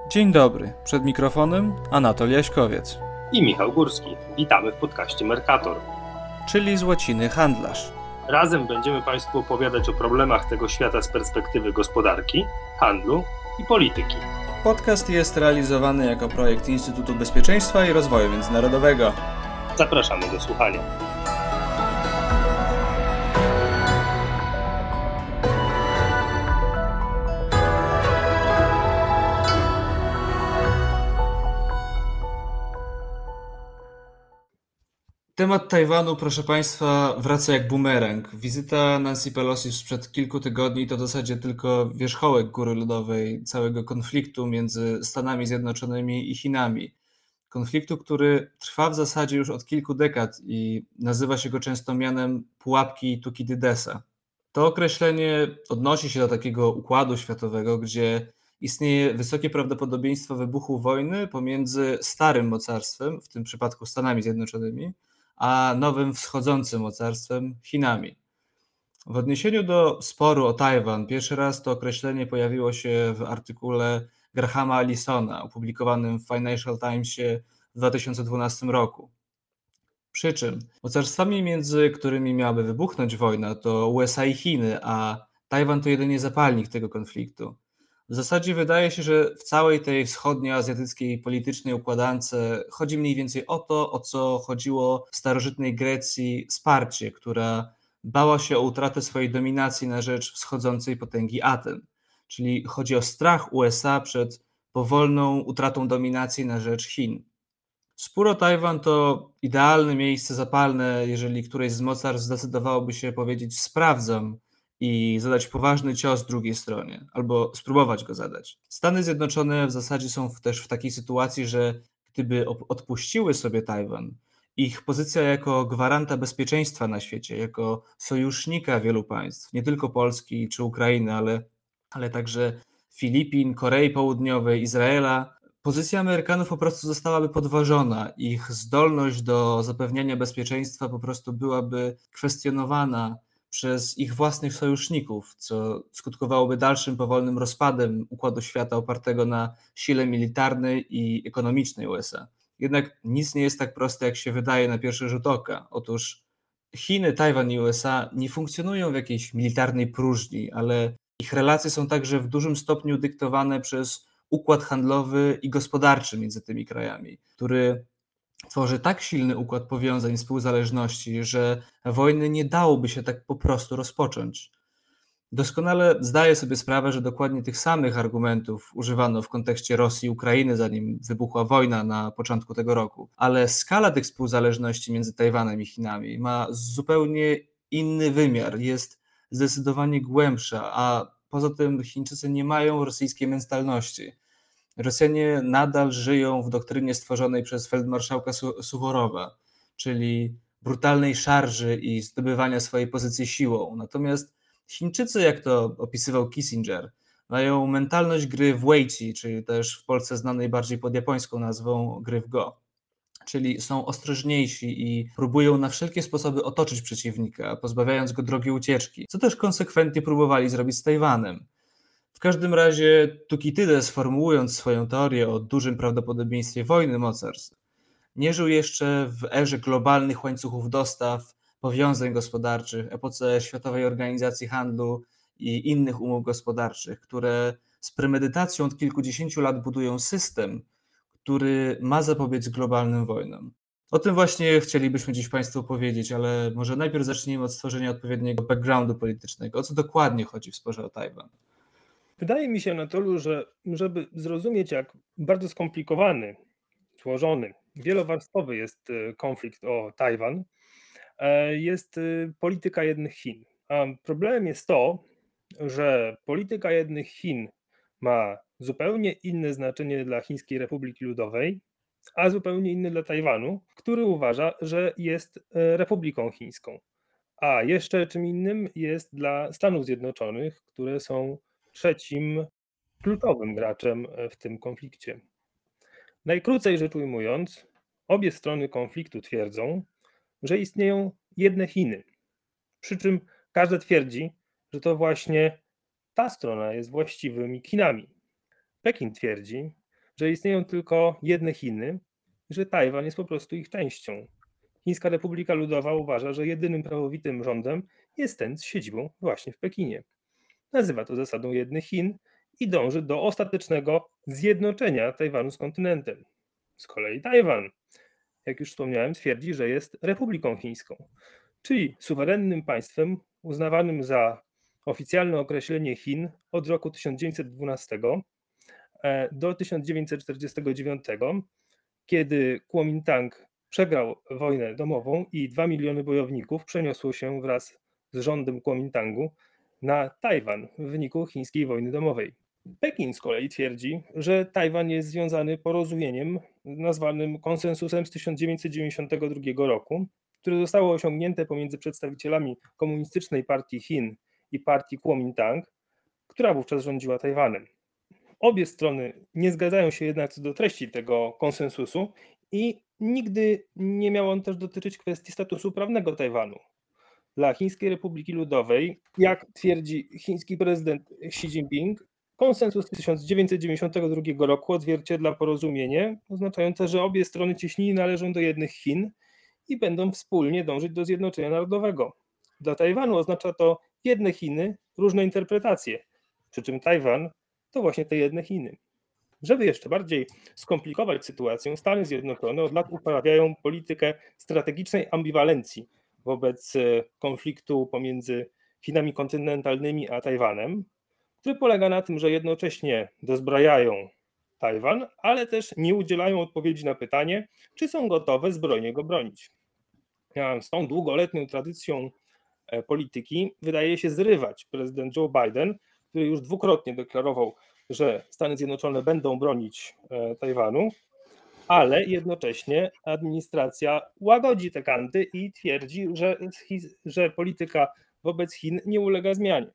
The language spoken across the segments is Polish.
Dzień dobry, przed mikrofonem Anatol Jaśkowiec, I Michał Górski. Witamy w podcaście Mercator. czyli z łaciny handlarz. Razem będziemy Państwu opowiadać o problemach tego świata z perspektywy gospodarki, handlu i polityki. Podcast jest realizowany jako projekt Instytutu Bezpieczeństwa i Rozwoju Międzynarodowego. Zapraszamy do słuchania. Temat Tajwanu, proszę Państwa, wraca jak bumerang. Wizyta Nancy Pelosi sprzed kilku tygodni to w zasadzie tylko wierzchołek góry lodowej całego konfliktu między Stanami Zjednoczonymi i Chinami. Konfliktu, który trwa w zasadzie już od kilku dekad i nazywa się go często mianem pułapki Tukidydesa. To określenie odnosi się do takiego układu światowego, gdzie istnieje wysokie prawdopodobieństwo wybuchu wojny pomiędzy starym mocarstwem, w tym przypadku Stanami Zjednoczonymi, a nowym wschodzącym mocarstwem Chinami. W odniesieniu do sporu o Tajwan, pierwszy raz to określenie pojawiło się w artykule Grahama Allisona, opublikowanym w Financial Timesie w 2012 roku. Przy czym mocarstwami, między którymi miałaby wybuchnąć wojna, to USA i Chiny, a Tajwan to jedynie zapalnik tego konfliktu. W zasadzie wydaje się, że w całej tej wschodnioazjatyckiej politycznej układance chodzi mniej więcej o to, o co chodziło w starożytnej Grecji Sparcie, która bała się o utratę swojej dominacji na rzecz wschodzącej potęgi Aten. Czyli chodzi o strach USA przed powolną utratą dominacji na rzecz Chin. Spór o Tajwan to idealne miejsce zapalne, jeżeli któreś z mocarstw zdecydowałoby się powiedzieć sprawdzam i zadać poważny cios drugiej stronie, albo spróbować go zadać. Stany Zjednoczone w zasadzie są też w takiej sytuacji, że gdyby odpuściły sobie Tajwan, ich pozycja jako gwaranta bezpieczeństwa na świecie, jako sojusznika wielu państw, nie tylko Polski czy Ukrainy, ale także Filipin, Korei Południowej, Izraela, pozycja Amerykanów po prostu zostałaby podważona. Ich zdolność do zapewniania bezpieczeństwa po prostu byłaby kwestionowana przez ich własnych sojuszników, co skutkowałoby dalszym powolnym rozpadem układu świata opartego na sile militarnej i ekonomicznej USA. Jednak nic nie jest tak proste, jak się wydaje na pierwszy rzut oka. Otóż Chiny, Tajwan i USA nie funkcjonują w jakiejś militarnej próżni, ale ich relacje są także w dużym stopniu dyktowane przez układ handlowy i gospodarczy między tymi krajami, który tworzy tak silny układ powiązań i współzależności, że wojny nie dałoby się tak po prostu rozpocząć. Doskonale zdaję sobie sprawę, że dokładnie tych samych argumentów używano w kontekście Rosji i Ukrainy, zanim wybuchła wojna na początku tego roku, ale skala tych współzależności między Tajwanem i Chinami ma zupełnie inny wymiar, jest zdecydowanie głębsza, a poza tym Chińczycy nie mają rosyjskiej mentalności. Rosjanie nadal żyją w doktrynie stworzonej przez feldmarszałka Suworowa, czyli brutalnej szarży i zdobywania swojej pozycji siłą. Natomiast Chińczycy, jak to opisywał Kissinger, mają mentalność gry w Weiqi, czyli też w Polsce znanej bardziej pod japońską nazwą gry w Go. Czyli są ostrożniejsi i próbują na wszelkie sposoby otoczyć przeciwnika, pozbawiając go drogi ucieczki, co też konsekwentnie próbowali zrobić z Tajwanem. W każdym razie Tukidydes, formułując swoją teorię o dużym prawdopodobieństwie wojny mocarstw, nie żył jeszcze w erze globalnych łańcuchów dostaw, powiązań gospodarczych, epoce Światowej Organizacji Handlu i innych umów gospodarczych, które z premedytacją od kilkudziesięciu lat budują system, który ma zapobiec globalnym wojnom. O tym właśnie chcielibyśmy dziś Państwu powiedzieć, ale może najpierw zacznijmy od stworzenia odpowiedniego backgroundu politycznego. O co dokładnie chodzi w sporze o Tajwan? Wydaje mi się, Anatolu, że żeby zrozumieć, jak bardzo skomplikowany, złożony, wielowarstwowy jest konflikt o Tajwan, jest polityka jednych Chin. A problemem jest to, że polityka jednych Chin ma zupełnie inne znaczenie dla Chińskiej Republiki Ludowej, a zupełnie inne dla Tajwanu, który uważa, że jest Republiką Chińską. A jeszcze czym innym jest dla Stanów Zjednoczonych, które są trzecim kluczowym graczem w tym konflikcie. Najkrócej rzecz ujmując, obie strony konfliktu twierdzą, że istnieją jedne Chiny. Przy czym każda twierdzi, że to właśnie ta strona jest właściwymi Chinami. Pekin twierdzi, że istnieją tylko jedne Chiny, że Tajwan jest po prostu ich częścią. Chińska Republika Ludowa uważa, że jedynym prawowitym rządem jest ten z siedzibą właśnie w Pekinie. Nazywa to zasadą jednych Chin i dąży do ostatecznego zjednoczenia Tajwanu z kontynentem. Z kolei Tajwan, jak już wspomniałem, twierdzi, że jest Republiką Chińską, czyli suwerennym państwem uznawanym za oficjalne określenie Chin od roku 1912 do 1949, kiedy Kuomintang przegrał wojnę domową i 2 miliony bojowników przeniosło się wraz z rządem Kuomintangu na Tajwan w wyniku chińskiej wojny domowej. Pekin z kolei twierdzi, że Tajwan jest związany porozumieniem nazwanym konsensusem z 1992 roku, które zostało osiągnięte pomiędzy przedstawicielami Komunistycznej Partii Chin i partii Kuomintang, która wówczas rządziła Tajwanem. Obie strony nie zgadzają się jednak co do treści tego konsensusu i nigdy nie miał on też dotyczyć kwestii statusu prawnego Tajwanu. Dla Chińskiej Republiki Ludowej, jak twierdzi chiński prezydent Xi Jinping, konsensus z 1992 roku odzwierciedla porozumienie oznaczające, że obie strony cieśniny należą do jednych Chin i będą wspólnie dążyć do zjednoczenia narodowego. Dla Tajwanu oznacza to jedne Chiny, różne interpretacje, przy czym Tajwan to właśnie te jedne Chiny. Żeby jeszcze bardziej skomplikować sytuację, Stany Zjednoczone od lat uprawiają politykę strategicznej ambiwalencji wobec konfliktu pomiędzy Chinami kontynentalnymi a Tajwanem, który polega na tym, że jednocześnie dozbrajają Tajwan, ale też nie udzielają odpowiedzi na pytanie, czy są gotowe zbrojnie go bronić. Z tą długoletnią tradycją polityki wydaje się zrywać prezydent Joe Biden, który już dwukrotnie deklarował, że Stany Zjednoczone będą bronić Tajwanu, ale jednocześnie administracja łagodzi te kanty i twierdzi, że polityka wobec Chin nie ulega zmianie.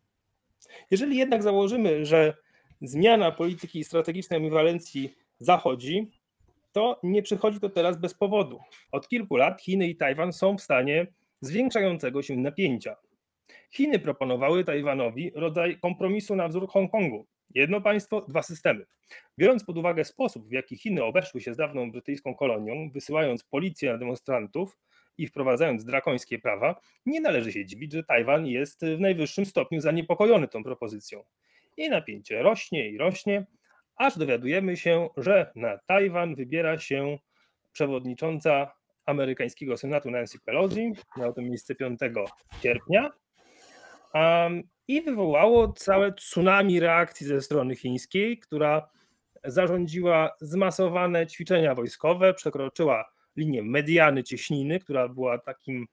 Jeżeli jednak założymy, że zmiana polityki strategicznej ambiwalencji zachodzi, to nie przychodzi to teraz bez powodu. Od kilku lat Chiny i Tajwan są w stanie zwiększającego się napięcia. Chiny proponowały Tajwanowi rodzaj kompromisu na wzór Hongkongu. Jedno państwo, dwa systemy. Biorąc pod uwagę sposób, w jaki Chiny obeszły się z dawną brytyjską kolonią, wysyłając policję na demonstrantów i wprowadzając drakońskie prawa, nie należy się dziwić, że Tajwan jest w najwyższym stopniu zaniepokojony tą propozycją. I napięcie rośnie i rośnie, aż dowiadujemy się, że na Tajwan wybiera się przewodnicząca amerykańskiego Senatu Nancy Pelosi. Miało to miejsce 5 sierpnia. I wywołało całe tsunami reakcji ze strony chińskiej, która zarządziła zmasowane ćwiczenia wojskowe, przekroczyła linię mediany cieśniny, która była takim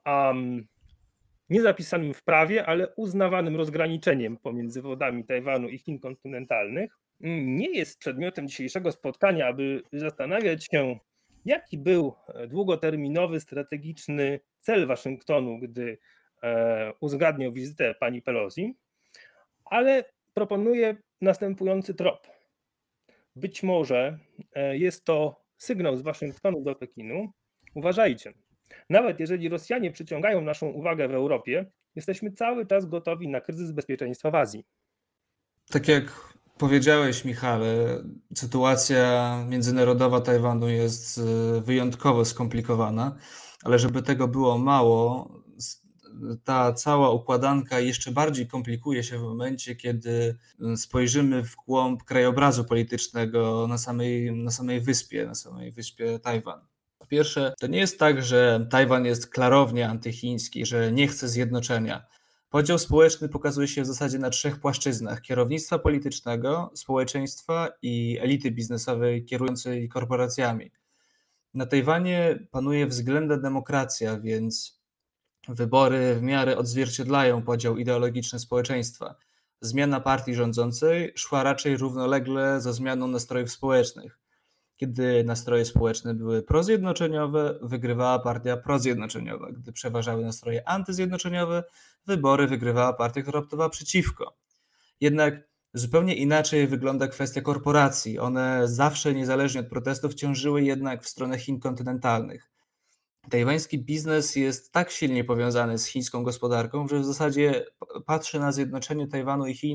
niezapisanym w prawie, ale uznawanym rozgraniczeniem pomiędzy wodami Tajwanu i Chin kontynentalnych. Nie jest przedmiotem dzisiejszego spotkania, aby zastanawiać się, jaki był długoterminowy, strategiczny cel Waszyngtonu, gdy uzgadniał wizytę pani Pelosi, ale proponuję następujący trop. Być może jest to sygnał z Waszyngtonu do Pekinu. Uważajcie, nawet jeżeli Rosjanie przyciągają naszą uwagę w Europie, jesteśmy cały czas gotowi na kryzys bezpieczeństwa w Azji. Tak jak powiedziałeś, Michale, sytuacja międzynarodowa Tajwanu jest wyjątkowo skomplikowana, ale żeby tego było mało, ta cała układanka jeszcze bardziej komplikuje się w momencie, kiedy spojrzymy w głąb krajobrazu politycznego na samej wyspie Tajwan. Po pierwsze, to nie jest tak, że Tajwan jest klarownie antychiński, że nie chce zjednoczenia. Podział społeczny pokazuje się w zasadzie na 3 płaszczyznach: kierownictwa politycznego, społeczeństwa i elity biznesowej kierującej korporacjami. Na Tajwanie panuje względna demokracja, więc wybory w miarę odzwierciedlają podział ideologiczny społeczeństwa. Zmiana partii rządzącej szła raczej równolegle ze zmianą nastrojów społecznych. Kiedy nastroje społeczne były prozjednoczeniowe, wygrywała partia prozjednoczeniowa. Gdy przeważały nastroje antyzjednoczeniowe, wybory wygrywała partia, która optowała przeciwko. Jednak zupełnie inaczej wygląda kwestia korporacji. One zawsze, niezależnie od protestów, ciążyły jednak w stronę Chin kontynentalnych. Tajwański biznes jest tak silnie powiązany z chińską gospodarką, że w zasadzie patrzy na zjednoczenie Tajwanu i Chin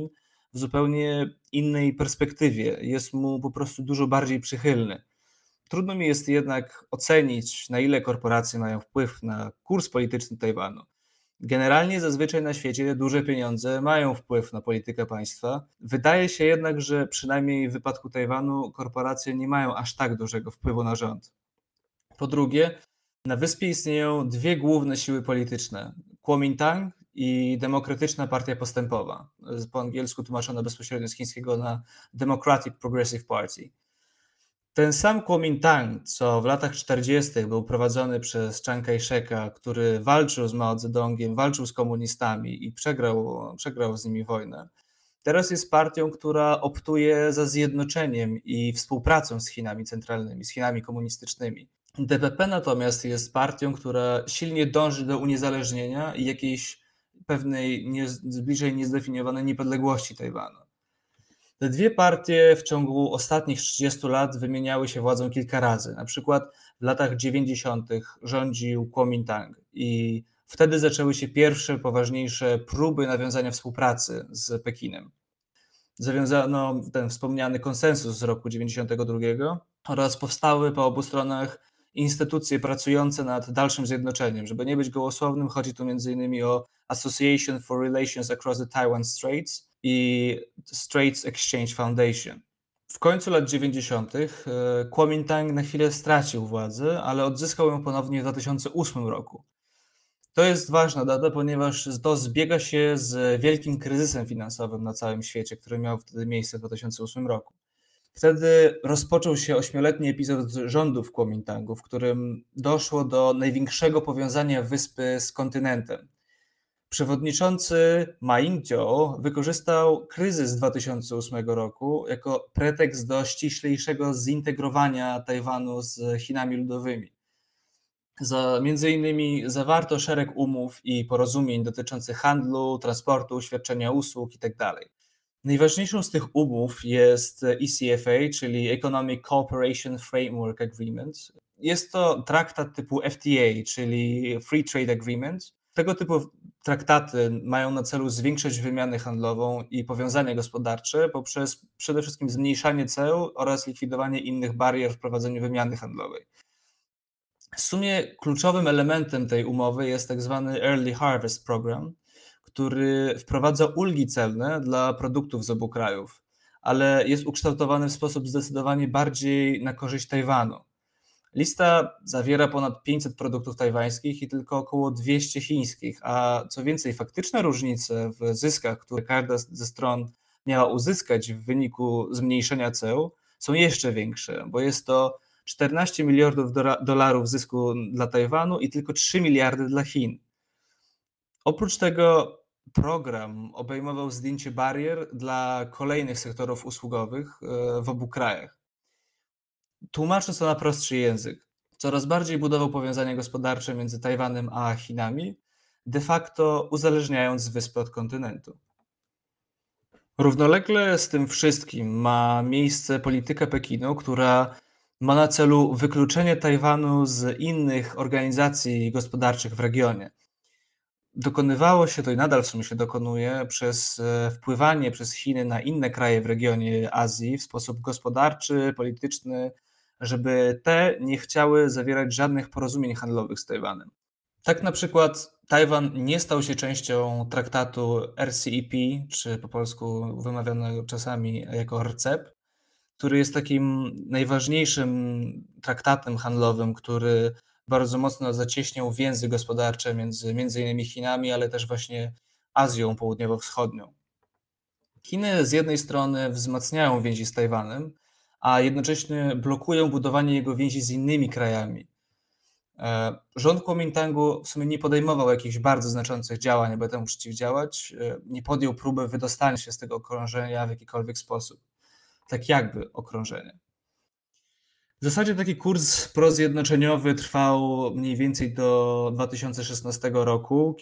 w zupełnie innej perspektywie, jest mu po prostu dużo bardziej przychylny. Trudno mi jest jednak ocenić, na ile korporacje mają wpływ na kurs polityczny Tajwanu. Generalnie zazwyczaj na świecie duże pieniądze mają wpływ na politykę państwa. Wydaje się jednak, że przynajmniej w wypadku Tajwanu korporacje nie mają aż tak dużego wpływu na rząd. Po drugie, na wyspie istnieją dwie główne siły polityczne: Kuomintang i Demokratyczna Partia Postępowa, po angielsku tłumaczone bezpośrednio z chińskiego na Democratic Progressive Party. Ten sam Kuomintang, co w latach 40. był prowadzony przez Chiang Kai-sheka, który walczył z Mao Zedongiem, walczył z komunistami i przegrał z nimi wojnę, teraz jest partią, która optuje za zjednoczeniem i współpracą z Chinami centralnymi, z Chinami komunistycznymi. DPP natomiast jest partią, która silnie dąży do uniezależnienia i jakiejś pewnej bliżej niezdefiniowanej niepodległości Tajwanu. Te dwie partie w ciągu ostatnich 30 lat wymieniały się władzą kilka razy. Na przykład w latach 90. rządził Kuomintang i wtedy zaczęły się pierwsze poważniejsze próby nawiązania współpracy z Pekinem. Zawiązano ten wspomniany konsensus z roku 92 oraz powstały po obu stronach instytucje pracujące nad dalszym zjednoczeniem. Żeby nie być gołosłownym, chodzi tu m.in. o Association for Relations Across the Taiwan Straits i Straits Exchange Foundation. W końcu lat 90. Kuomintang na chwilę stracił władzę, ale odzyskał ją ponownie w 2008 roku. To jest ważna data, ponieważ to zbiega się z wielkim kryzysem finansowym na całym świecie, który miał wtedy miejsce w 2008 roku. Wtedy rozpoczął się 8-letni epizod rządów Kuomintangu, w którym doszło do największego powiązania wyspy z kontynentem. Przewodniczący Ma Ying-jeou wykorzystał kryzys 2008 roku jako pretekst do ściślejszego zintegrowania Tajwanu z Chinami Ludowymi. Między innymi zawarto szereg umów i porozumień dotyczących handlu, transportu, świadczenia usług itd. Najważniejszą z tych umów jest ECFA, czyli Economic Cooperation Framework Agreement. Jest to traktat typu FTA, czyli Free Trade Agreement. Tego typu traktaty mają na celu zwiększać wymianę handlową i powiązania gospodarcze poprzez przede wszystkim zmniejszanie ceł oraz likwidowanie innych barier w prowadzeniu wymiany handlowej. W sumie kluczowym elementem tej umowy jest tak zwany Early Harvest Program, który wprowadza ulgi celne dla produktów z obu krajów, ale jest ukształtowany w sposób zdecydowanie bardziej na korzyść Tajwanu. Lista zawiera ponad 500 produktów tajwańskich i tylko około 200 chińskich, a co więcej, faktyczne różnice w zyskach, które każda ze stron miała uzyskać w wyniku zmniejszenia ceł, są jeszcze większe, bo jest to 14 miliardów dolarów zysku dla Tajwanu i tylko 3 miliardy dla Chin. Oprócz tego program obejmował zdjęcie barier dla kolejnych sektorów usługowych w obu krajach. Tłumacząc to na prostszy język, coraz bardziej budował powiązania gospodarcze między Tajwanem a Chinami, de facto uzależniając wyspę od kontynentu. Równolegle z tym wszystkim ma miejsce polityka Pekinu, która ma na celu wykluczenie Tajwanu z innych organizacji gospodarczych w regionie. Dokonywało się to i nadal w sumie się dokonuje przez wpływanie przez Chiny na inne kraje w regionie Azji w sposób gospodarczy, polityczny, żeby te nie chciały zawierać żadnych porozumień handlowych z Tajwanem. Tak na przykład Tajwan nie stał się częścią traktatu RCEP, czy po polsku wymawianego czasami jako RCEP, który jest takim najważniejszym traktatem handlowym, który bardzo mocno zacieśniał więzy gospodarcze między innymi Chinami, ale też właśnie Azją Południowo-Wschodnią. Chiny z jednej strony wzmacniają więzi z Tajwanem, a jednocześnie blokują budowanie jego więzi z innymi krajami. Rząd Kuomintangu w sumie nie podejmował jakichś bardzo znaczących działań, aby temu przeciwdziałać, nie podjął próby wydostania się z tego okrążenia w jakikolwiek sposób. Tak jakby okrążenie. W zasadzie taki kurs prozjednoczeniowy trwał mniej więcej do 2016 roku,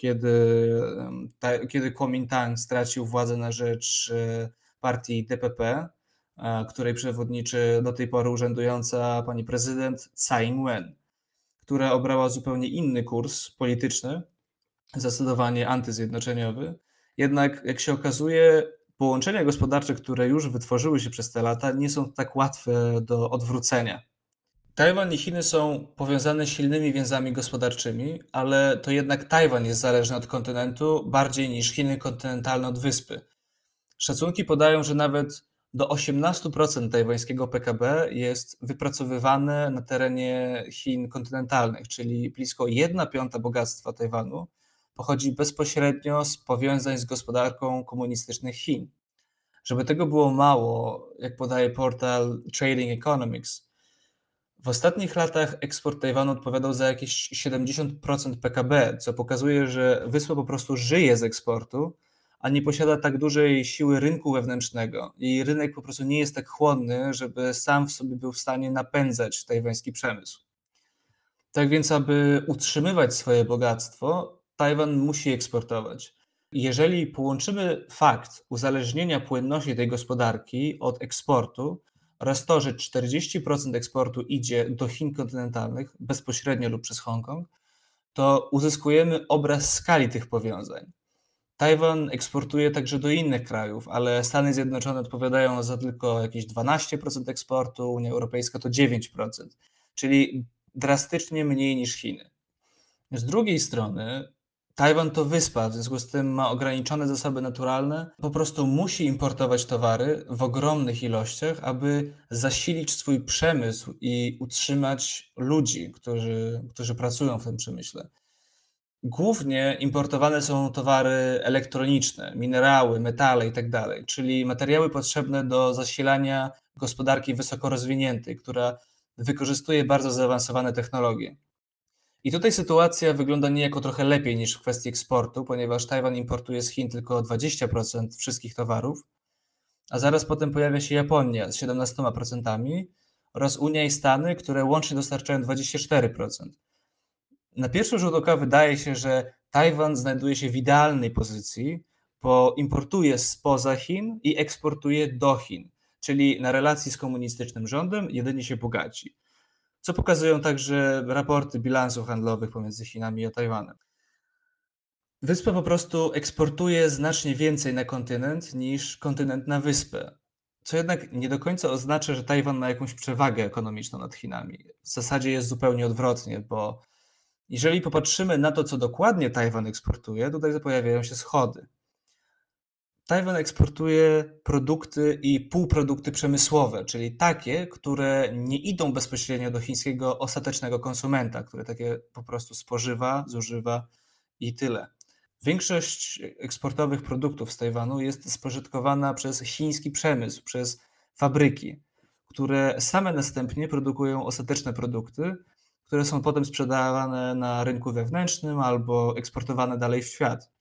kiedy Kuomintang stracił władzę na rzecz partii DPP, której przewodniczy do tej pory urzędująca pani prezydent Tsai Ing-wen, która obrała zupełnie inny kurs polityczny, zdecydowanie antyzjednoczeniowy. Jednak jak się okazuje, połączenia gospodarcze, które już wytworzyły się przez te lata, nie są tak łatwe do odwrócenia. Tajwan i Chiny są powiązane silnymi więzami gospodarczymi, ale to jednak Tajwan jest zależny od kontynentu bardziej niż Chiny kontynentalne od wyspy. Szacunki podają, że nawet do 18% tajwańskiego PKB jest wypracowywane na terenie Chin kontynentalnych, czyli blisko 1/5 bogactwa Tajwanu pochodzi bezpośrednio z powiązań z gospodarką komunistycznych Chin. Żeby tego było mało, jak podaje portal Trading Economics, w ostatnich latach eksport Tajwanu odpowiadał za jakieś 70% PKB, co pokazuje, że wyspa po prostu żyje z eksportu, a nie posiada tak dużej siły rynku wewnętrznego. Jej rynek po prostu nie jest tak chłonny, żeby sam w sobie był w stanie napędzać tajwański przemysł. Tak więc, aby utrzymywać swoje bogactwo, Tajwan musi eksportować. Jeżeli połączymy fakt uzależnienia płynności tej gospodarki od eksportu oraz to, że 40% eksportu idzie do Chin kontynentalnych bezpośrednio lub przez Hongkong, to uzyskujemy obraz skali tych powiązań. Tajwan eksportuje także do innych krajów, ale Stany Zjednoczone odpowiadają za tylko jakieś 12% eksportu, Unia Europejska to 9%, czyli drastycznie mniej niż Chiny. Z drugiej strony Tajwan to wyspa, w związku z tym ma ograniczone zasoby naturalne, po prostu musi importować towary w ogromnych ilościach, aby zasilić swój przemysł i utrzymać ludzi, którzy pracują w tym przemyśle. Głównie importowane są towary elektroniczne, minerały, metale itd., czyli materiały potrzebne do zasilania gospodarki wysoko rozwiniętej, która wykorzystuje bardzo zaawansowane technologie. I tutaj sytuacja wygląda niejako trochę lepiej niż w kwestii eksportu, ponieważ Tajwan importuje z Chin tylko 20% wszystkich towarów, a zaraz potem pojawia się Japonia z 17% oraz Unia i Stany, które łącznie dostarczają 24%. Na pierwszy rzut oka wydaje się, że Tajwan znajduje się w idealnej pozycji, bo importuje spoza Chin i eksportuje do Chin, czyli na relacji z komunistycznym rządem jedynie się bogaci, co pokazują także raporty bilansów handlowych pomiędzy Chinami a Tajwanem. Wyspa po prostu eksportuje znacznie więcej na kontynent niż kontynent na wyspę, co jednak nie do końca oznacza, że Tajwan ma jakąś przewagę ekonomiczną nad Chinami. W zasadzie jest zupełnie odwrotnie, bo jeżeli popatrzymy na to, co dokładnie Tajwan eksportuje, tutaj pojawiają się schody. Tajwan eksportuje produkty i półprodukty przemysłowe, czyli takie, które nie idą bezpośrednio do chińskiego ostatecznego konsumenta, które takie po prostu spożywa, zużywa i tyle. Większość eksportowych produktów z Tajwanu jest spożytkowana przez chiński przemysł, przez fabryki, które same następnie produkują ostateczne produkty, które są potem sprzedawane na rynku wewnętrznym albo eksportowane dalej w świat.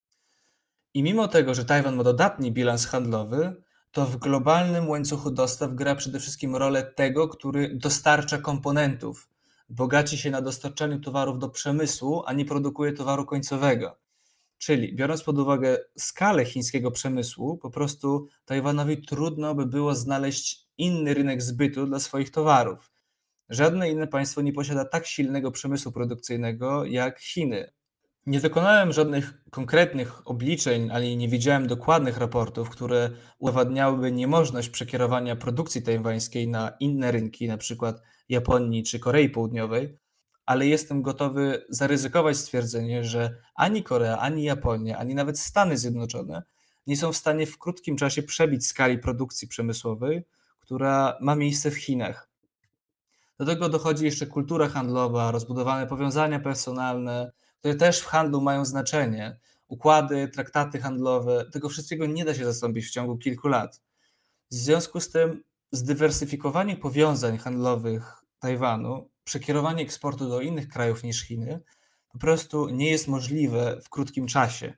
I mimo tego, że Tajwan ma dodatni bilans handlowy, to w globalnym łańcuchu dostaw gra przede wszystkim rolę tego, który dostarcza komponentów, bogaci się na dostarczaniu towarów do przemysłu, a nie produkuje towaru końcowego. Czyli biorąc pod uwagę skalę chińskiego przemysłu, po prostu Tajwanowi trudno by było znaleźć inny rynek zbytu dla swoich towarów. Żadne inne państwo nie posiada tak silnego przemysłu produkcyjnego jak Chiny. Nie dokonałem żadnych konkretnych obliczeń, ani nie widziałem dokładnych raportów, które udowadniałyby niemożność przekierowania produkcji tajwańskiej na inne rynki, na przykład Japonii czy Korei Południowej, ale jestem gotowy zaryzykować stwierdzenie, że ani Korea, ani Japonia, ani nawet Stany Zjednoczone nie są w stanie w krótkim czasie przebić skali produkcji przemysłowej, która ma miejsce w Chinach. Do tego dochodzi jeszcze kultura handlowa, rozbudowane powiązania personalne, które też w handlu mają znaczenie. Układy, traktaty handlowe, tego wszystkiego nie da się zastąpić w ciągu kilku lat. W związku z tym zdywersyfikowanie powiązań handlowych Tajwanu, przekierowanie eksportu do innych krajów niż Chiny po prostu nie jest możliwe w krótkim czasie.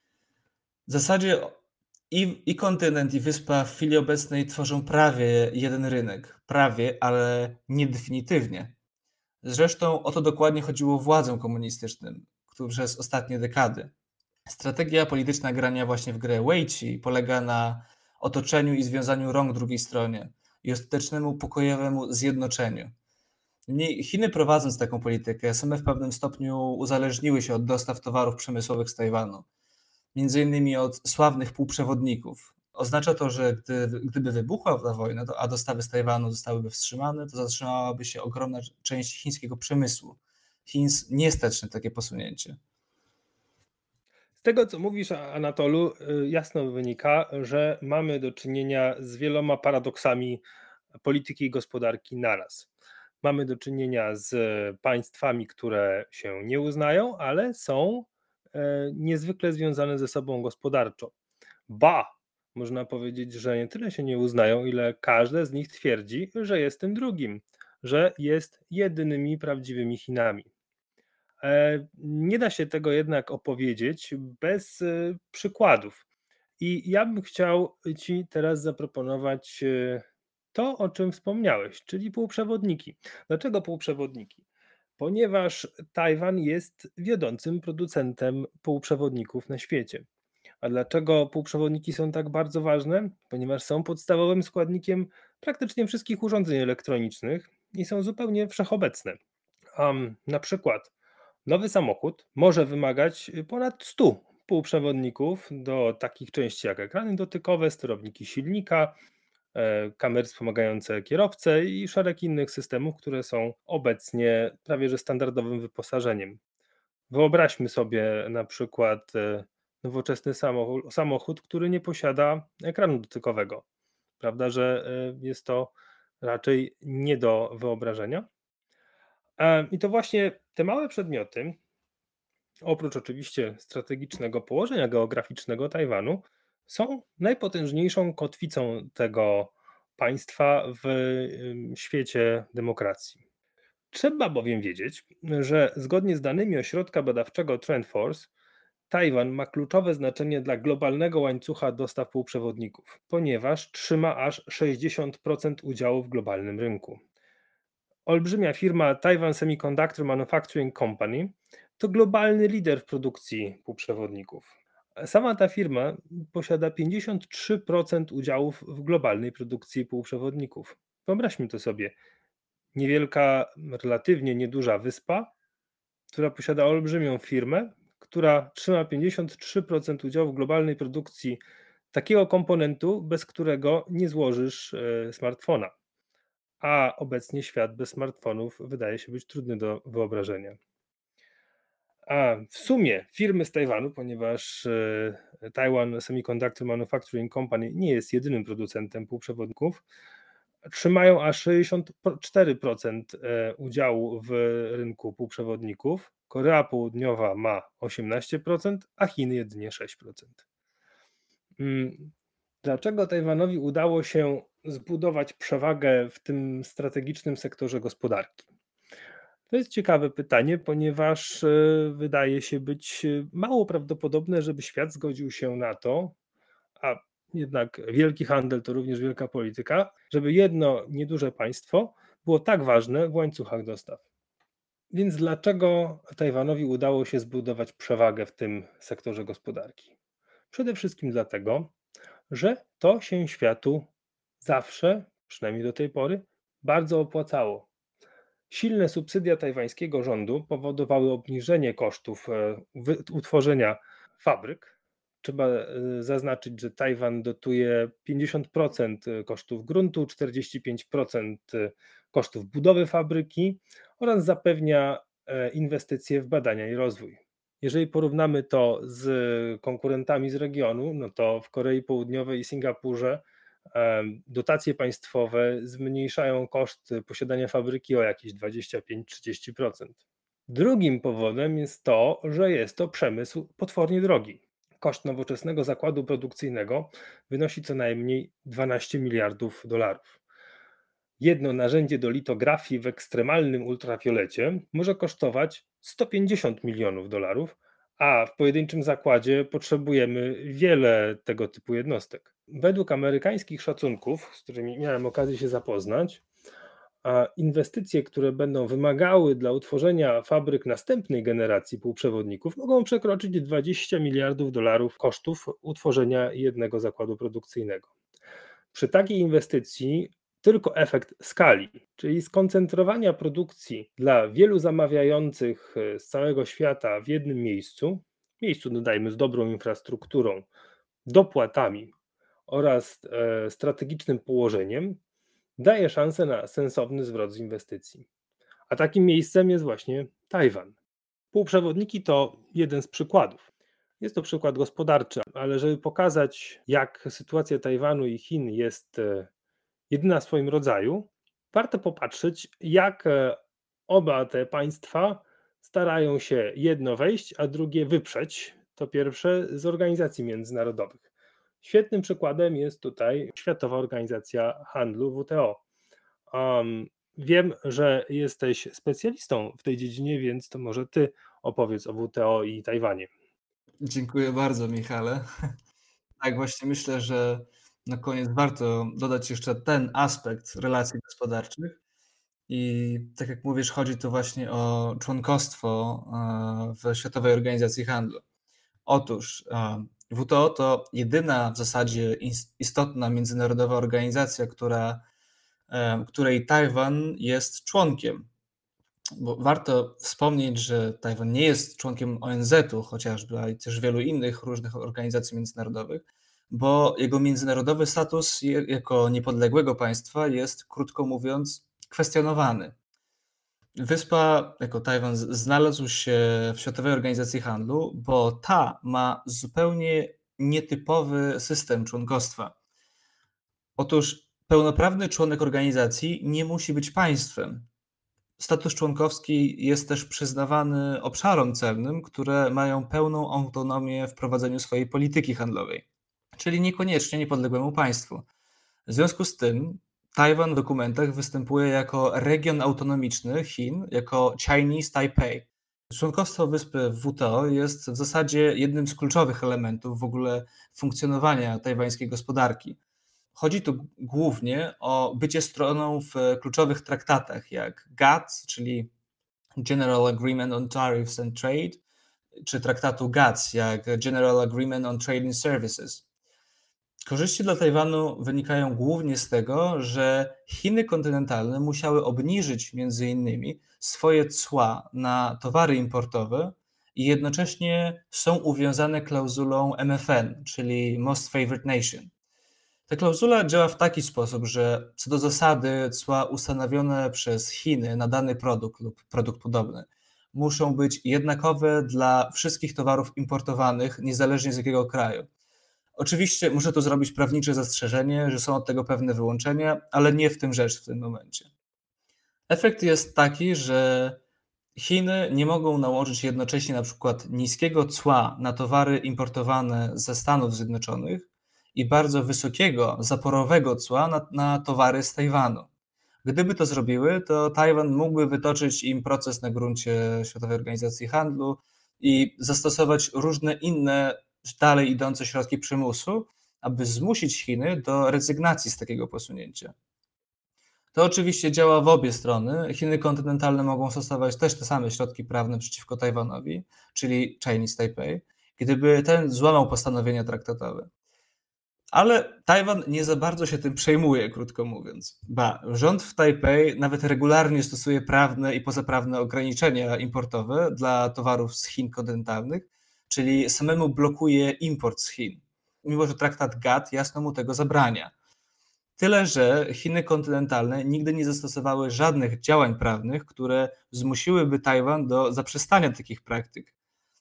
W zasadzie i kontynent, i wyspa w chwili obecnej tworzą prawie jeden rynek. Prawie, ale nie definitywnie. Zresztą o to dokładnie chodziło władzom komunistycznym przez ostatnie dekady. Strategia polityczna grania właśnie w grę Weiqi polega na otoczeniu i związaniu rąk drugiej stronie i ostatecznemu pokojowemu zjednoczeniu. Niemniej Chiny, prowadząc taką politykę, same w pewnym stopniu uzależniły się od dostaw towarów przemysłowych z Tajwanu. Między innymi od sławnych półprzewodników. Oznacza to, że gdyby wybuchła ta wojna, a dostawy z Tajwanu zostałyby wstrzymane, to zatrzymałaby się ogromna część chińskiego przemysłu. Chin nie stać na takie posunięcie. Z tego, co mówisz, Anatolu, jasno wynika, że mamy do czynienia z wieloma paradoksami polityki i gospodarki naraz. Mamy do czynienia z państwami, które się nie uznają, ale są niezwykle związane ze sobą gospodarczo. Można powiedzieć, że nie tyle się nie uznają, ile każde z nich twierdzi, że jest tym drugim, że jest jedynymi prawdziwymi Chinami. Nie da się tego jednak opowiedzieć bez przykładów. I ja bym chciał Ci teraz zaproponować to, o czym wspomniałeś, czyli półprzewodniki. Dlaczego półprzewodniki? Ponieważ Tajwan jest wiodącym producentem półprzewodników na świecie. A dlaczego półprzewodniki są tak bardzo ważne? Ponieważ są podstawowym składnikiem praktycznie wszystkich urządzeń elektronicznych i są zupełnie wszechobecne. Na przykład nowy samochód może wymagać ponad 100 półprzewodników do takich części jak ekrany dotykowe, sterowniki silnika, kamery wspomagające kierowcę i szereg innych systemów, które są obecnie prawie że standardowym wyposażeniem. Wyobraźmy sobie na przykład nowoczesny samochód, który nie posiada ekranu dotykowego. Prawda, że jest to raczej nie do wyobrażenia. I to właśnie te małe przedmioty, oprócz oczywiście strategicznego położenia geograficznego Tajwanu, są najpotężniejszą kotwicą tego państwa w świecie demokracji. Trzeba bowiem wiedzieć, że zgodnie z danymi ośrodka badawczego TrendForce, Tajwan ma kluczowe znaczenie dla globalnego łańcucha dostaw półprzewodników, ponieważ trzyma aż 60% udziału w globalnym rynku. Olbrzymia firma Taiwan Semiconductor Manufacturing Company to globalny lider w produkcji półprzewodników. Sama ta firma posiada 53% udziałów w globalnej produkcji półprzewodników. Wyobraźmy to sobie. Niewielka, relatywnie nieduża wyspa, która posiada olbrzymią firmę, która trzyma 53% udziału w globalnej produkcji takiego komponentu, bez którego nie złożysz smartfona. A obecnie świat bez smartfonów wydaje się być trudny do wyobrażenia. A w sumie firmy z Tajwanu, ponieważ Taiwan Semiconductor Manufacturing Company nie jest jedynym producentem półprzewodników, trzymają aż 64% udziału w rynku półprzewodników. Korea Południowa ma 18%, a Chiny jedynie 6%. Dlaczego Tajwanowi udało się zbudować przewagę w tym strategicznym sektorze gospodarki? To jest ciekawe pytanie, ponieważ wydaje się być mało prawdopodobne, żeby świat zgodził się na to, a jednak wielki handel to również wielka polityka, żeby jedno nieduże państwo było tak ważne w łańcuchach dostaw. Więc dlaczego Tajwanowi udało się zbudować przewagę w tym sektorze gospodarki? Przede wszystkim dlatego, że to się światu zawsze, przynajmniej do tej pory, bardzo opłacało. Silne subsydia tajwańskiego rządu powodowały obniżenie kosztów utworzenia fabryk. Trzeba zaznaczyć, że Tajwan dotuje 50% kosztów gruntu, 45% kosztów budowy fabryki oraz zapewnia inwestycje w badania i rozwój. Jeżeli porównamy to z konkurentami z regionu, no to w Korei Południowej i Singapurze dotacje państwowe zmniejszają koszt posiadania fabryki o jakieś 25-30%. Drugim powodem jest to, że jest to przemysł potwornie drogi. Koszt nowoczesnego zakładu produkcyjnego wynosi co najmniej 12 miliardów dolarów. Jedno narzędzie do litografii w ekstremalnym ultrafiolecie może kosztować 150 milionów dolarów, a w pojedynczym zakładzie potrzebujemy wiele tego typu jednostek. Według amerykańskich szacunków, z którymi miałem okazję się zapoznać, inwestycje, które będą wymagały dla utworzenia fabryk następnej generacji półprzewodników, mogą przekroczyć 20 miliardów dolarów kosztów utworzenia jednego zakładu produkcyjnego. Przy takiej inwestycji tylko efekt skali, czyli skoncentrowania produkcji dla wielu zamawiających z całego świata w jednym miejscu, dodajmy z dobrą infrastrukturą, dopłatami oraz strategicznym położeniem daje szansę na sensowny zwrot z inwestycji. A takim miejscem jest właśnie Tajwan. Półprzewodniki to jeden z przykładów. Jest to przykład gospodarczy, ale żeby pokazać, jak sytuacja Tajwanu i Chin jest jedyna w swoim rodzaju, warto popatrzeć, jak oba te państwa starają się jedno wejść, a drugie wyprzeć, to pierwsze, z organizacji międzynarodowych. Świetnym przykładem jest tutaj Światowa Organizacja Handlu WTO. Wiem, że jesteś specjalistą w tej dziedzinie, więc to może ty opowiedz o WTO i Tajwanie. Dziękuję bardzo, Michale. Tak, właśnie myślę, że na koniec warto dodać jeszcze ten aspekt relacji gospodarczych. I tak jak mówisz, chodzi tu właśnie o członkostwo w Światowej Organizacji Handlu. Otóż WTO to jedyna w zasadzie istotna międzynarodowa organizacja, której Tajwan jest członkiem. Bo warto wspomnieć, że Tajwan nie jest członkiem ONZ-u chociażby, ale też wielu innych różnych organizacji międzynarodowych, bo jego międzynarodowy status jako niepodległego państwa jest, krótko mówiąc, kwestionowany. Wyspa jako Tajwan znalazł się w Światowej Organizacji Handlu, bo ta ma zupełnie nietypowy system członkostwa. Otóż pełnoprawny członek organizacji nie musi być państwem. Status członkowski jest też przyznawany obszarom celnym, które mają pełną autonomię w prowadzeniu swojej polityki handlowej, czyli niekoniecznie niepodległemu państwu. W związku z tym Tajwan w dokumentach występuje jako region autonomiczny Chin, jako Chinese Taipei. Członkostwo wyspy w WTO jest w zasadzie jednym z kluczowych elementów w ogóle funkcjonowania tajwańskiej gospodarki. Chodzi tu głównie o bycie stroną w kluczowych traktatach jak GATT, czyli General Agreement on Tariffs and Trade, czy traktatu GATS jak General Agreement on Trade and Services. Korzyści dla Tajwanu wynikają głównie z tego, że Chiny kontynentalne musiały obniżyć między innymi swoje cła na towary importowe i jednocześnie są uwiązane klauzulą MFN, czyli Most Favored Nation. Ta klauzula działa w taki sposób, że co do zasady cła ustanowione przez Chiny na dany produkt lub produkt podobny muszą być jednakowe dla wszystkich towarów importowanych, niezależnie z jakiego kraju. Oczywiście muszę tu zrobić prawnicze zastrzeżenie, że są od tego pewne wyłączenia, ale nie w tym rzecz w tym momencie. Efekt jest taki, że Chiny nie mogą nałożyć jednocześnie na przykład niskiego cła na towary importowane ze Stanów Zjednoczonych i bardzo wysokiego, zaporowego cła na towary z Tajwanu. Gdyby to zrobiły, to Tajwan mógłby wytoczyć im proces na gruncie Światowej Organizacji Handlu i zastosować różne inne, dalej idące środki przymusu, aby zmusić Chiny do rezygnacji z takiego posunięcia. To oczywiście działa w obie strony. Chiny kontynentalne mogą stosować też te same środki prawne przeciwko Tajwanowi, czyli Chinese Taipei, gdyby ten złamał postanowienia traktatowe. Ale Tajwan nie za bardzo się tym przejmuje, krótko mówiąc. Rząd w Tajpej nawet regularnie stosuje prawne i pozaprawne ograniczenia importowe dla towarów z Chin kontynentalnych, czyli samemu blokuje import z Chin, mimo że traktat GATT jasno mu tego zabrania. Tyle, że Chiny kontynentalne nigdy nie zastosowały żadnych działań prawnych, które zmusiłyby Tajwan do zaprzestania takich praktyk.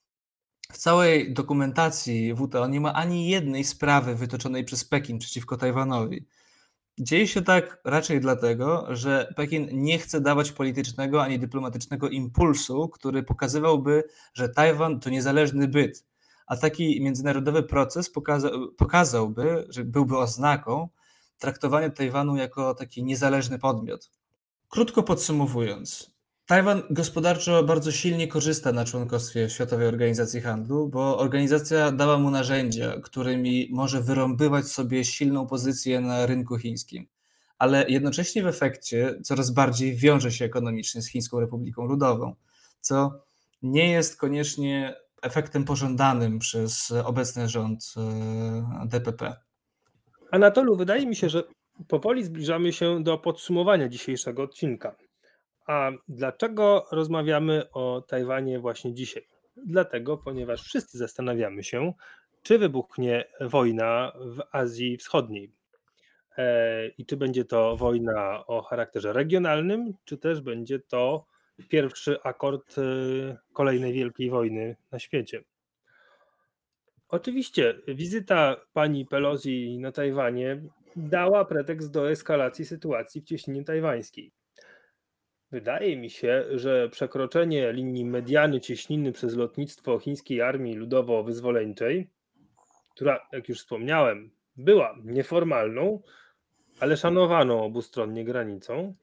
W całej dokumentacji WTO nie ma ani jednej sprawy wytoczonej przez Pekin przeciwko Tajwanowi. Dzieje się tak raczej dlatego, że Pekin nie chce dawać politycznego ani dyplomatycznego impulsu, który pokazywałby, że Tajwan to niezależny byt, a taki międzynarodowy proces pokazałby, że byłby oznaką traktowania Tajwanu jako taki niezależny podmiot. Krótko podsumowując, Tajwan gospodarczo bardzo silnie korzysta na członkostwie w Światowej Organizacji Handlu, bo organizacja dała mu narzędzia, którymi może wyrąbywać sobie silną pozycję na rynku chińskim, ale jednocześnie w efekcie coraz bardziej wiąże się ekonomicznie z Chińską Republiką Ludową, co nie jest koniecznie efektem pożądanym przez obecny rząd DPP. Anatolu, wydaje mi się, że powoli zbliżamy się do podsumowania dzisiejszego odcinka. A dlaczego rozmawiamy o Tajwanie właśnie dzisiaj? Dlatego, ponieważ wszyscy zastanawiamy się, czy wybuchnie wojna w Azji Wschodniej. I czy będzie to wojna o charakterze regionalnym, czy też będzie to pierwszy akord kolejnej wielkiej wojny na świecie. Oczywiście wizyta pani Pelosi na Tajwanie dała pretekst do eskalacji sytuacji w cieśninie tajwańskiej. Wydaje mi się, że przekroczenie linii mediany cieśniny przez lotnictwo chińskiej armii ludowo-wyzwoleńczej, która, jak już wspomniałem, była nieformalną, ale szanowaną obustronnie granicą,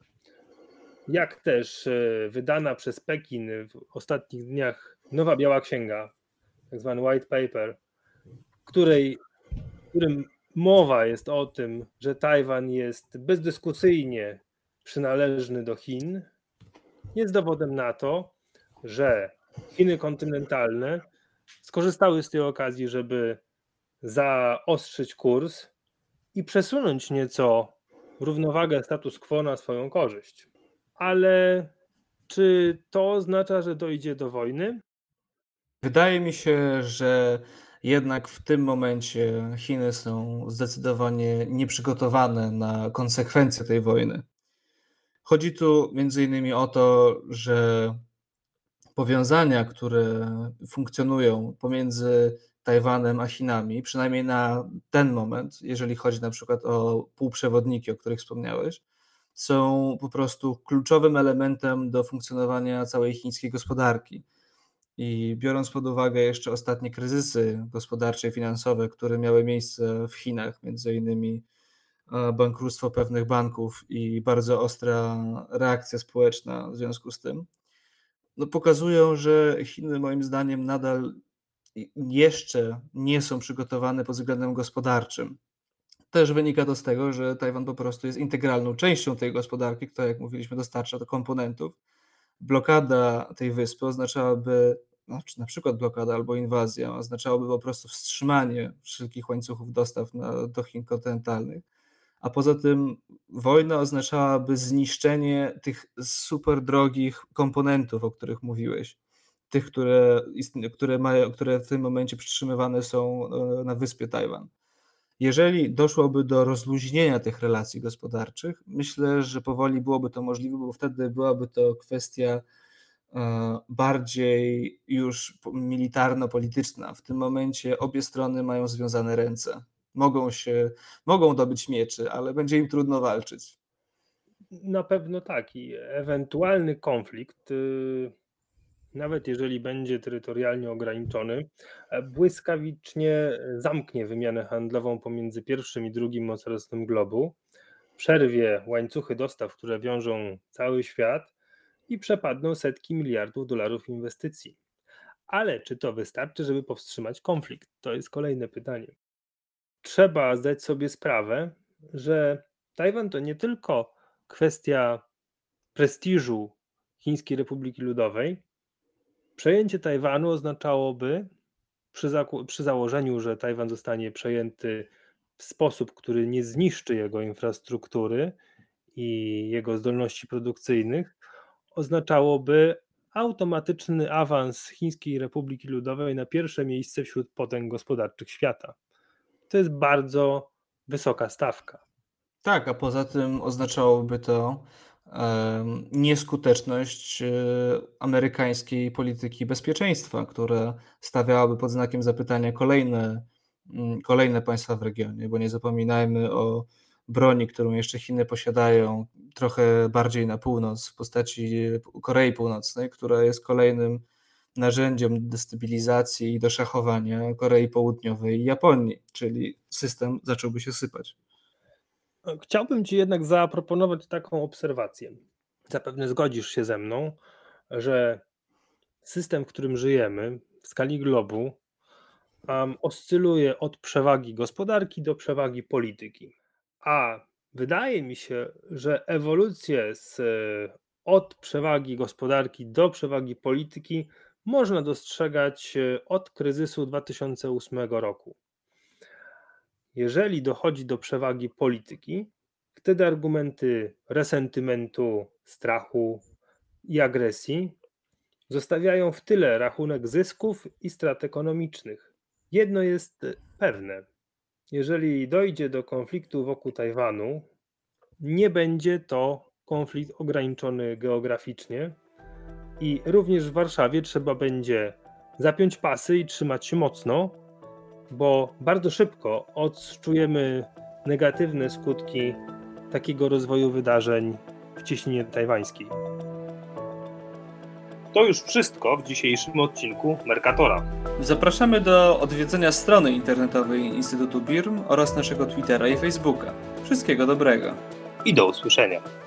jak też wydana przez Pekin w ostatnich dniach nowa biała księga, tak zwany white paper, w którym mowa jest o tym, że Tajwan jest bezdyskusyjnie przynależny do Chin, jest dowodem na to, że Chiny kontynentalne skorzystały z tej okazji, żeby zaostrzyć kurs i przesunąć nieco równowagę status quo na swoją korzyść. Ale czy to oznacza, że dojdzie do wojny? Wydaje mi się, że jednak w tym momencie Chiny są zdecydowanie nieprzygotowane na konsekwencje tej wojny. Chodzi tu między innymi o to, że powiązania, które funkcjonują pomiędzy Tajwanem a Chinami, przynajmniej na ten moment, jeżeli chodzi na przykład o półprzewodniki, o których wspomniałeś, są po prostu kluczowym elementem do funkcjonowania całej chińskiej gospodarki. I biorąc pod uwagę jeszcze ostatnie kryzysy gospodarcze i finansowe, które miały miejsce w Chinach, między innymi bankructwo pewnych banków i bardzo ostra reakcja społeczna w związku z tym, no pokazują, że Chiny moim zdaniem nadal jeszcze nie są przygotowane pod względem gospodarczym. Też wynika to z tego, że Tajwan po prostu jest integralną częścią tej gospodarki, która, jak mówiliśmy, dostarcza do komponentów. Blokada tej wyspy oznaczałaby, no, czy na przykład blokada albo inwazja, oznaczałoby po prostu wstrzymanie wszelkich łańcuchów dostaw do Chin kontynentalnych. A poza tym wojna oznaczałaby zniszczenie tych super drogich komponentów, o których mówiłeś. Tych, które w tym momencie przytrzymywane są na wyspie Tajwan. Jeżeli doszłoby do rozluźnienia tych relacji gospodarczych, myślę, że powoli byłoby to możliwe, bo wtedy byłaby to kwestia bardziej już militarno-polityczna. W tym momencie obie strony mają związane ręce. Mogą dobyć mieczy, ale będzie im trudno walczyć. Na pewno tak. I ewentualny konflikt, nawet jeżeli będzie terytorialnie ograniczony, błyskawicznie zamknie wymianę handlową pomiędzy pierwszym i drugim mocarstwem globu, przerwie łańcuchy dostaw, które wiążą cały świat i przepadną setki miliardów dolarów inwestycji. Ale czy to wystarczy, żeby powstrzymać konflikt? To jest kolejne pytanie. Trzeba zdać sobie sprawę, że Tajwan to nie tylko kwestia prestiżu Chińskiej Republiki Ludowej. Przejęcie Tajwanu oznaczałoby, przy założeniu, że Tajwan zostanie przejęty w sposób, który nie zniszczy jego infrastruktury i jego zdolności produkcyjnych, oznaczałoby automatyczny awans Chińskiej Republiki Ludowej na pierwsze miejsce wśród potęg gospodarczych świata. To jest bardzo wysoka stawka. Tak, a poza tym oznaczałoby to nieskuteczność amerykańskiej polityki bezpieczeństwa, która stawiałaby pod znakiem zapytania kolejne państwa w regionie, bo nie zapominajmy o broni, którą jeszcze Chiny posiadają trochę bardziej na północ w postaci Korei Północnej, która jest kolejnym narzędziem destabilizacji i do szachowania Korei Południowej i Japonii, czyli system zacząłby się sypać. Chciałbym Ci jednak zaproponować taką obserwację. Zapewne zgodzisz się ze mną, że system, w którym żyjemy w skali globu, oscyluje od przewagi gospodarki do przewagi polityki. A wydaje mi się, że ewolucję od przewagi gospodarki do przewagi polityki można dostrzegać od kryzysu 2008 roku. Jeżeli dochodzi do przewagi polityki, wtedy argumenty resentymentu, strachu i agresji zostawiają w tyle rachunek zysków i strat ekonomicznych. Jedno jest pewne. Jeżeli dojdzie do konfliktu wokół Tajwanu, nie będzie to konflikt ograniczony geograficznie i również w Warszawie trzeba będzie zapiąć pasy i trzymać się mocno, bo bardzo szybko odczujemy negatywne skutki takiego rozwoju wydarzeń w cieśninie tajwańskiej. To już wszystko w dzisiejszym odcinku Mercatora. Zapraszamy do odwiedzenia strony internetowej Instytutu BIRM oraz naszego Twittera i Facebooka. Wszystkiego dobrego. I do usłyszenia.